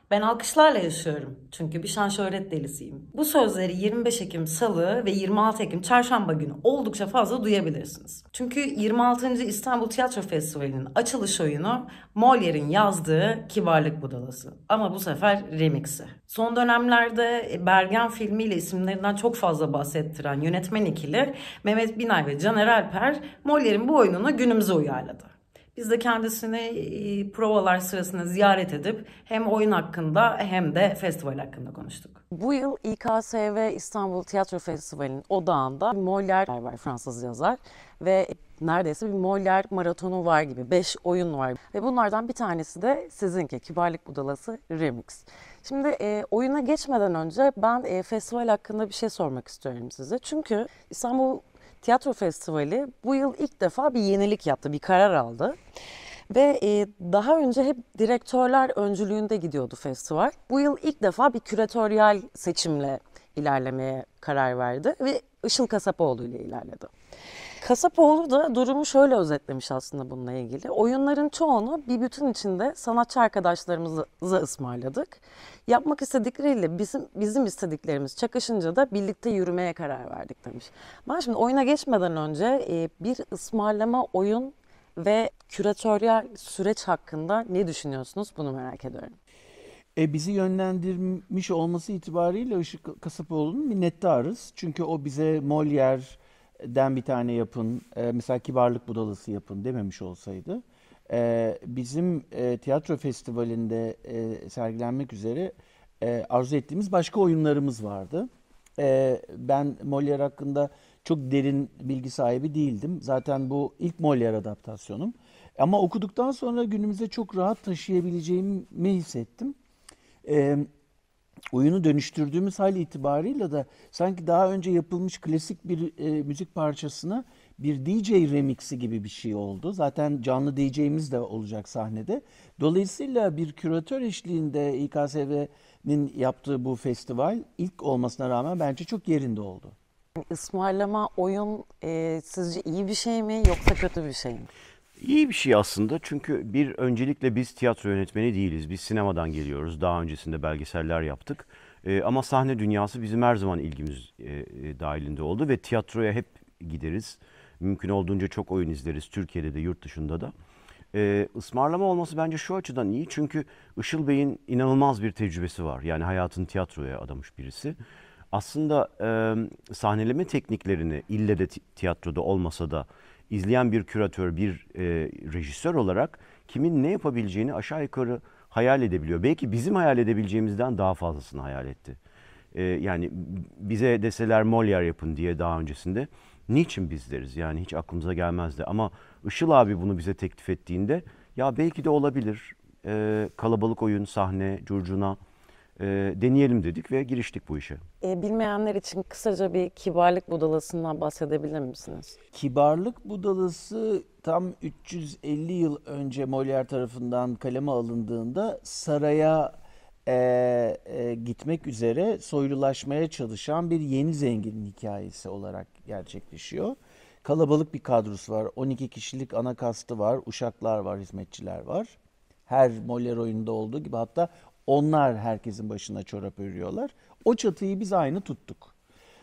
Ben alkışlarla yaşıyorum. Çünkü bir şan şöhret delisiyim. Bu sözleri 25 Ekim Salı ve 26 Ekim Çarşamba günü oldukça fazla duyabilirsiniz. Çünkü 26. İstanbul Tiyatro Festivali'nin açılış oyunu Molière'in yazdığı Kibarlık Budalası. Ama bu sefer remix'i. Son dönemlerde Bergen filmiyle isimlerinden çok fazla bahsettiren yönetmen ikili Mehmet Binay ve Caner Alper Molière'in bu oyununu günümüze uyarladı. Biz de kendisini provalar sırasında ziyaret edip hem oyun hakkında hem de festival hakkında konuştuk. Bu yıl İKSV İstanbul Tiyatro Festivali'nin odağında Molière var, Fransız yazar ve neredeyse bir Molière maratonu var gibi 5 oyun var ve bunlardan bir tanesi de sizinki Kibarlık Budalası Remix. Şimdi oyuna geçmeden önce ben festival hakkında bir şey sormak istiyorum size. Çünkü İstanbul Tiyatro Festivali bu yıl ilk defa bir yenilik yaptı, bir karar aldı. Ve daha önce hep direktörler öncülüğünde gidiyordu festival. Bu yıl ilk defa bir küratöryal seçimle ilerlemeye karar verdi ve Işıl Kasapoğlu ile ilerledi. Kasapoğlu da durumu şöyle özetlemiş aslında bununla ilgili. Oyunların çoğunu bir bütün içinde sanatçı arkadaşlarımıza ısmarladık. Yapmak istedikleriyle bizim istediklerimiz çakışınca da birlikte yürümeye karar verdik demiş. Ben şimdi oyuna geçmeden önce bir ısmarlama oyun ve küratöryel süreç hakkında ne düşünüyorsunuz? Bunu merak ediyorum. Bizi yönlendirmiş olması itibariyle Işık Kasapoğlu'nun minnettarız. Çünkü o bize Molière'den bir tane yapın, mesela Kibarlık Budalası yapın dememiş olsaydı, bizim tiyatro festivalinde sergilenmek üzere arzu ettiğimiz başka oyunlarımız vardı. Ben Molière hakkında çok derin bilgi sahibi değildim. Zaten bu ilk Molière adaptasyonum. Ama okuduktan sonra günümüze çok rahat taşıyabileceğimi hissettim. Ee, Oyunu dönüştürdüğümüz hal itibarıyla da sanki daha önce yapılmış klasik bir müzik parçasına bir DJ remixi gibi bir şey oldu. Zaten canlı DJ'miz de olacak sahnede. Dolayısıyla bir küratör eşliğinde İKSV'nin yaptığı bu festival ilk olmasına rağmen bence çok yerinde oldu. Ismarlama oyun sizce iyi bir şey mi yoksa kötü bir şey mi? İyi bir şey aslında çünkü öncelikle biz tiyatro yönetmeni değiliz. Biz sinemadan geliyoruz. Daha öncesinde belgeseller yaptık. Ama sahne dünyası bizim her zaman ilgimiz dahilinde oldu ve tiyatroya hep gideriz. Mümkün olduğunca çok oyun izleriz. Türkiye'de de yurt dışında da. Ismarlama olması bence şu açıdan iyi çünkü Işıl Bey'in inanılmaz bir tecrübesi var. Yani hayatını tiyatroya adamış birisi. Aslında sahneleme tekniklerini ille de tiyatroda olmasa da izleyen bir küratör, bir rejisör olarak kimin ne yapabileceğini aşağı yukarı hayal edebiliyor. Belki bizim hayal edebileceğimizden daha fazlasını hayal etti. Yani bize deseler Molière yapın diye daha öncesinde niçin biz deriz? Yani hiç aklımıza gelmezdi. Ama Işıl abi bunu bize teklif ettiğinde ya belki de olabilir. Kalabalık oyun, sahne, curcuna deneyelim dedik ve giriştik bu işe. Bilmeyenler için kısaca bir kibarlık budalasından bahsedebilir misiniz? Kibarlık Budalası tam 350 yıl önce Molière tarafından kaleme alındığında saraya gitmek üzere soylulaşmaya çalışan bir yeni zenginin hikayesi olarak gerçekleşiyor. Kalabalık bir kadrosu var. 12 kişilik ana kastı var. Uşaklar var, hizmetçiler var. Her Molière oyununda olduğu gibi hatta onlar herkesin başına çorap örüyorlar. O çatıyı biz aynı tuttuk.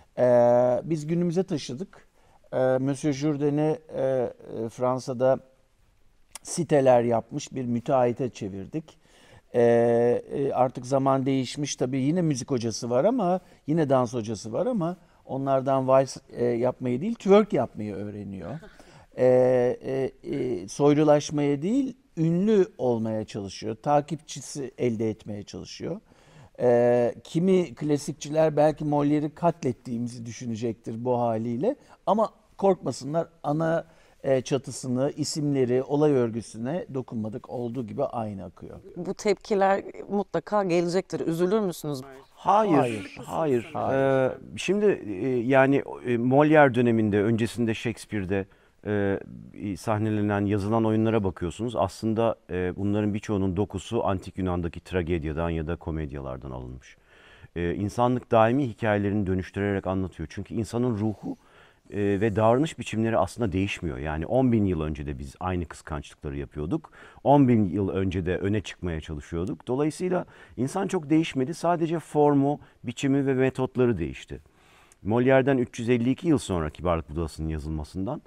Biz günümüze taşıdık. Monsieur Jourdain'i Fransa'da siteler yapmış bir müteahhite çevirdik. Artık zaman değişmiş tabii yine müzik hocası var ama yine dans hocası var ama onlardan vals yapmayı değil twerk yapmayı öğreniyor. Soylulaşmaya değil ünlü olmaya çalışıyor. Takipçisi elde etmeye çalışıyor. Kimi klasikçiler belki Molière'i katlettiğimizi düşünecektir bu haliyle. Ama korkmasınlar ana çatısını, isimleri, olay örgüsüne dokunmadık. Olduğu gibi aynı akıyor. Bu tepkiler mutlaka gelecektir. Üzülür müsünüz? Hayır, hayır. Şimdi yani Molière döneminde, öncesinde Shakespeare'de sahnelenen, yazılan oyunlara bakıyorsunuz. Aslında bunların birçoğunun dokusu Antik Yunan'daki tragedyadan ya da komedyalardan alınmış. İnsanlık daimi hikayelerini dönüştürerek anlatıyor. Çünkü insanın ruhu Ve davranış biçimleri aslında değişmiyor. Yani 10 bin yıl önce de biz aynı kıskançlıkları yapıyorduk. 10 bin yıl önce de öne çıkmaya çalışıyorduk. Dolayısıyla insan çok değişmedi. Sadece formu, biçimi ve metotları değişti. Molière'den 352 yıl sonra Kibarlık Budalası'nın yazılmasından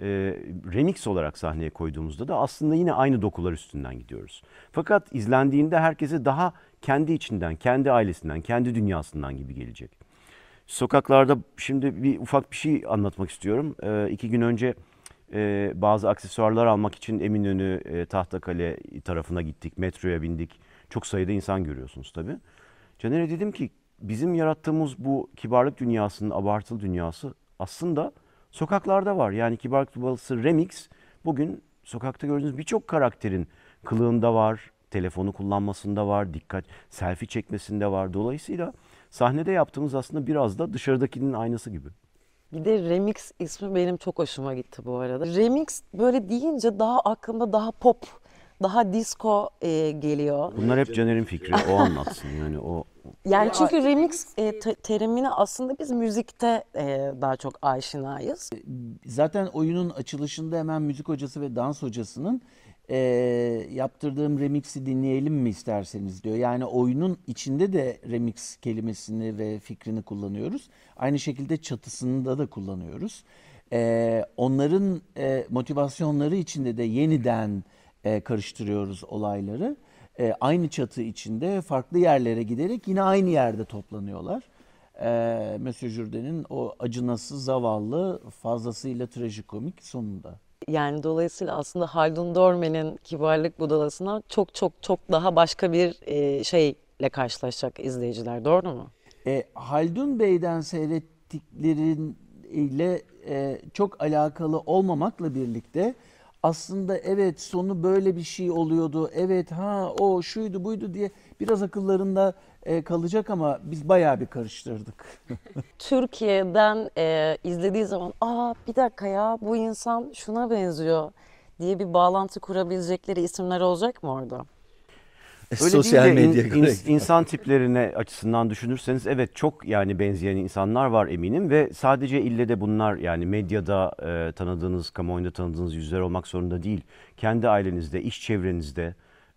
remix olarak sahneye koyduğumuzda da aslında yine aynı dokular üstünden gidiyoruz. Fakat izlendiğinde herkese daha kendi içinden, kendi ailesinden, kendi dünyasından gibi gelecek. Sokaklarda şimdi ufak bir şey anlatmak istiyorum. 2 gün önce bazı aksesuarlar almak için Eminönü, Tahtakale tarafına gittik, metroya bindik. Çok sayıda insan görüyorsunuz tabii. Caner'e dedim ki bizim yarattığımız bu kibarlık dünyasının abartılı dünyası aslında sokaklarda var. Yani Kibarlık Budalası Remix bugün sokakta gördüğünüz birçok karakterin kılığında var, telefonu kullanmasında var, selfie çekmesinde var. Dolayısıyla sahnede yaptığımız aslında biraz da dışarıdakinin aynası gibi. Bir de remix ismi benim çok hoşuma gitti bu arada. Remix böyle deyince daha aklımda daha pop, daha disco geliyor. Bunlar hep Caner'in fikri, o anlatsın yani o. Yani çünkü remix terimini aslında biz müzikte daha çok aşinayız. Zaten oyunun açılışında hemen müzik hocası ve dans hocasının yaptırdığım remix'i dinleyelim mi isterseniz diyor. Yani oyunun içinde de remix kelimesini ve fikrini kullanıyoruz. Aynı şekilde çatısında da kullanıyoruz. Onların motivasyonları içinde de yeniden karıştırıyoruz olayları. Aynı çatı içinde farklı yerlere giderek yine aynı yerde toplanıyorlar. Monsieur Jourdain'in o acınası, zavallı, fazlasıyla trajikomik sonunda. Yani dolayısıyla aslında Haldun Dorme'nin Kibarlık Budalası'na çok çok çok daha başka bir şeyle karşılaşacak izleyiciler. Doğru mu? Haldun Bey'den seyrettikleriyle çok alakalı olmamakla birlikte aslında evet sonu böyle bir şey oluyordu, evet o şuydu buydu diye biraz akıllarında kalacak ama biz bayağı bir karıştırdık. Türkiye'den izlediği zaman bir dakika ya bu insan şuna benziyor diye bir bağlantı kurabilecekleri isimler olacak mı orada? Öyle Sosyal değil de medya insan tiplerine açısından düşünürseniz evet çok yani benzeyen insanlar var eminim ve sadece ille de bunlar yani medyada tanıdığınız, kamuoyunda tanıdığınız yüzler olmak zorunda değil. Kendi ailenizde, iş çevrenizde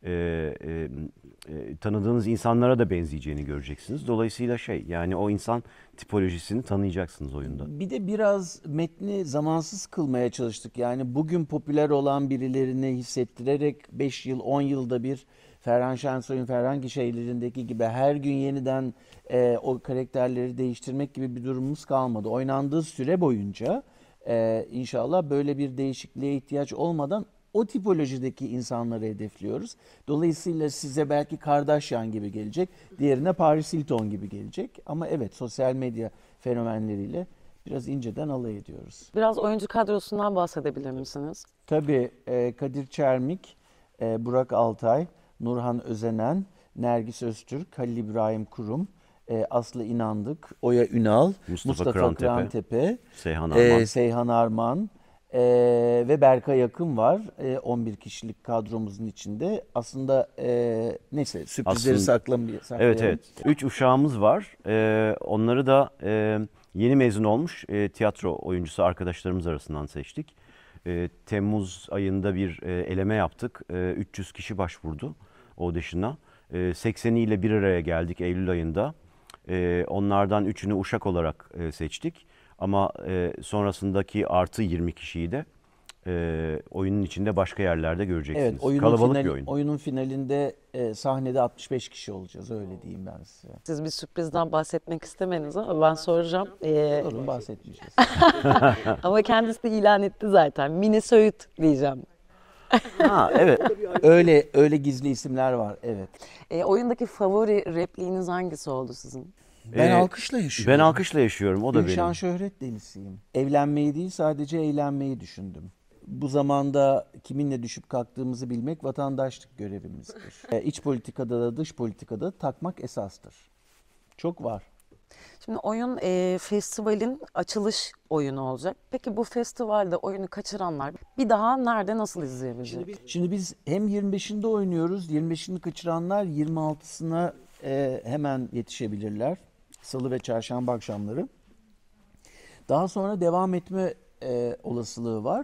tanıdığınız insanlara da benzeyeceğini göreceksiniz. Dolayısıyla yani o insan tipolojisini tanıyacaksınız oyunda. Bir de biraz metni zamansız kılmaya çalıştık. Yani bugün popüler olan birilerini hissettirerek 5 yıl, 10 yılda bir Ferhan Şensoy'un Ferhan Gişeylerindeki gibi her gün yeniden o karakterleri değiştirmek gibi bir durumumuz kalmadı. Oynandığı süre boyunca inşallah böyle bir değişikliğe ihtiyaç olmadan o tipolojideki insanları hedefliyoruz. Dolayısıyla size belki Kardashian gibi gelecek, diğerine Paris Hilton gibi gelecek. Ama evet sosyal medya fenomenleriyle biraz inceden alay ediyoruz. Biraz oyuncu kadrosundan bahsedebilir misiniz? Tabii Kadir Çermik, Burak Altay, Nurhan Özenen, Nergis Öztürk, Halil İbrahim Kurum, Aslı İnandık, Oya Ünal, Mustafa Kırantepe, Seyhan Arman ve Berkay Akın var 11 kişilik kadromuzun içinde. Aslında neyse sürprizleri saklayalım. Evet. 3 uşağımız var. Onları da yeni mezun olmuş tiyatro oyuncusu arkadaşlarımız arasından seçtik. Temmuz ayında bir eleme yaptık. 300 kişi başvurdu audition'a. 80'iyle bir araya geldik Eylül ayında. Onlardan 3'ünü uşak olarak seçtik. Ama sonrasındaki artı 20 kişiyi de oyunun içinde başka yerlerde göreceksiniz. Evet, Kalabalık bir oyun. Oyunun finalinde sahnede 65 kişi olacağız öyle diyeyim ben size. Siz bir sürprizden bahsetmek istemediniz ama ben soracağım. Doğru bahsetmeyeceğiz. Ama kendisi de ilan etti zaten. Mini Söğüt diyeceğim. Evet. Öyle gizli isimler var evet. Oyundaki favori repliğiniz hangisi oldu sizin? Ben alkışla yaşıyorum. Ben alkışla yaşıyorum. O da Şan benim. şöhret delisiyim. Evlenmeyi değil sadece eğlenmeyi düşündüm. Bu zamanda kiminle düşüp kalktığımızı bilmek vatandaşlık görevimizdir. İç politikada da dış politikada da takmak esastır. Çok var. Şimdi oyun festivalin açılış oyunu olacak. Peki bu festivalde oyunu kaçıranlar bir daha nerede nasıl izleyebilecek? Şimdi biz hem 25'inde oynuyoruz. 25'ini kaçıranlar 26'sına hemen yetişebilirler. Salı ve çarşamba akşamları. Daha sonra devam etme olasılığı var.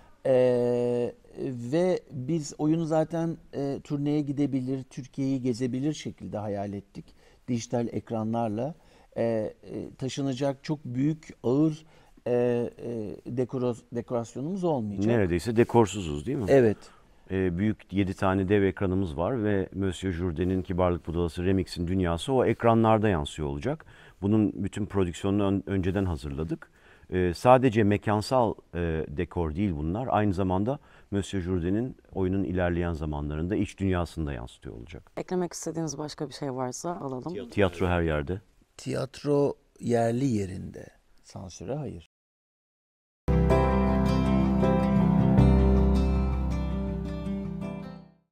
Ve biz oyunu zaten turneye gidebilir, Türkiye'yi gezebilir şekilde hayal ettik. Dijital ekranlarla. Taşınacak çok büyük, ağır dekorasyonumuz olmayacak. Neredeyse dekorsuzuz değil mi? Evet. Büyük 7 tane dev ekranımız var ve Monsieur Jourdain'in Kibarlık Budalası Remix'in dünyası o ekranlarda yansıyor olacak. Bunun bütün prodüksiyonunu önceden hazırladık. Sadece mekansal dekor değil bunlar. Aynı zamanda Monsieur Jourdain'in oyunun ilerleyen zamanlarında iç dünyasını da yansıtıyor olacak. Eklemek istediğiniz başka bir şey varsa alalım. Tiyatro her yerde. Tiyatro yerli yerinde. Sansüre hayır.